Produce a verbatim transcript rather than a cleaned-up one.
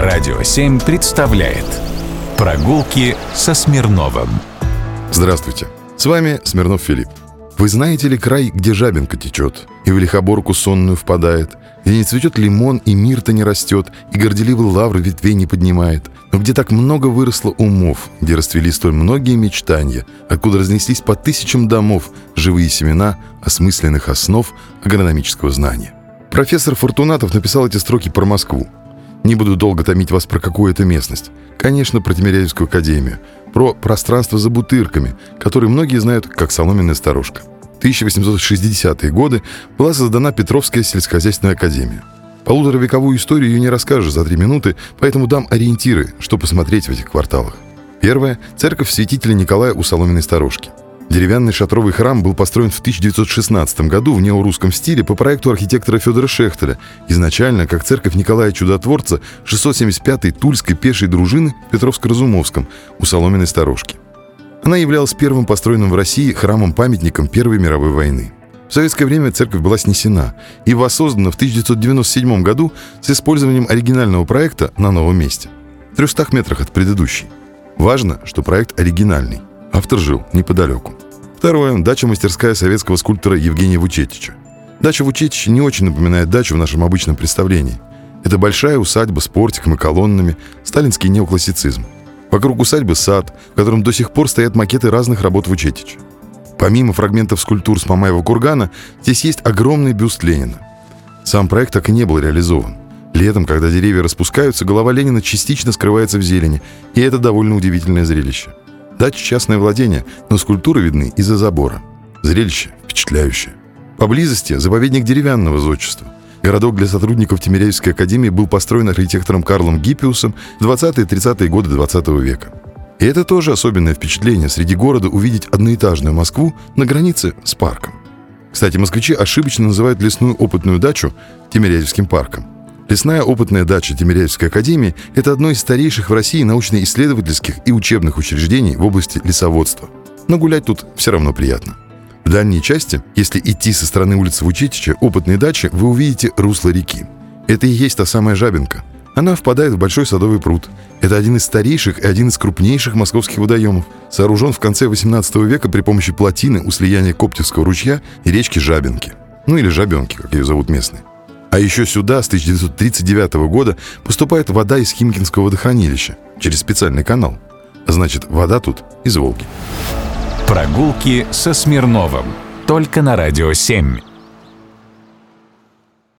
Радио семь представляет «Прогулки со Смирновым». Здравствуйте, с вами Смирнов Филипп. Вы знаете ли край, где жабинка течет, и в лихоборку сонную впадает, где не цветет лимон, и мирта не растет, и горделивый лавр ветвей не поднимает, но где так много выросло умов, где расцвели столь многие мечтания, откуда разнеслись по тысячам домов живые семена осмысленных основ агрономического знания. Профессор Фортунатов написал эти строки про Москву. Не буду долго томить вас про какую-то местность. Конечно, про Тимирязевскую академию, про пространство за Бутырками, которые многие знают как Соломенная сторожка. В тысяча восемьсот шестидесятые годы была создана Петровская сельскохозяйственная академия. Полуторавековую историю ее не расскажешь за три минуты, поэтому дам ориентиры, что посмотреть в этих кварталах. Первое – церковь святителя Николая у Соломенной сторожки. Деревянный шатровый храм был построен в тысяча девятьсот шестнадцатом году в неорусском стиле по проекту архитектора Федора Шехтеля, изначально как церковь Николая Чудотворца шестьсот семьдесят пятой Тульской пешей дружины в Петровско-Разумовском у Соломенной сторожки. Она являлась первым построенным в России храмом-памятником Первой мировой войны. В советское время церковь была снесена и воссоздана в тысяча девятьсот девяносто седьмом году с использованием оригинального проекта на новом месте, в трехстах метрах от предыдущей. Важно, что проект оригинальный. Автор жил неподалеку. Второе. Дача-мастерская советского скульптора Евгения Вучетича. Дача Вучетича не очень напоминает дачу в нашем обычном представлении. Это большая усадьба с портиком и колоннами, сталинский неоклассицизм. Вокруг усадьбы сад, в котором до сих пор стоят макеты разных работ Вучетича. Помимо фрагментов скульптур с Мамаева кургана, здесь есть огромный бюст Ленина. Сам проект так и не был реализован. Летом, когда деревья распускаются, голова Ленина частично скрывается в зелени, и это довольно удивительное зрелище. Дача — частное владение, но скульптуры видны из-за забора. Зрелище впечатляющее. Поблизости заповедник деревянного зодчества. Городок для сотрудников Тимирязевской академии был построен архитектором Карлом Гиппиусом в двадцатые-тридцатые годы двадцатого века. И это тоже особенное впечатление среди города увидеть одноэтажную Москву на границе с парком. Кстати, москвичи ошибочно называют лесную опытную дачу Тимирязевским парком. Лесная опытная дача Тимирязевской академии – это одно из старейших в России научно-исследовательских и учебных учреждений в области лесоводства. Но гулять тут все равно приятно. В дальней части, если идти со стороны улицы Вучетича, опытной дачи, вы увидите русло реки. Это и есть та самая жабинка. Она впадает в большой садовый пруд. Это один из старейших и один из крупнейших московских водоемов. Сооружен в конце восемнадцатого века при помощи плотины у слияния Коптевского ручья и речки Жабинки. Ну или Жабенки, как ее зовут местные. А еще сюда с тысяча девятьсот тридцать девятого года поступает вода из Химкинского водохранилища через специальный канал. Значит, вода тут из Волги. Прогулки со Смирновым. Только на Радио семь.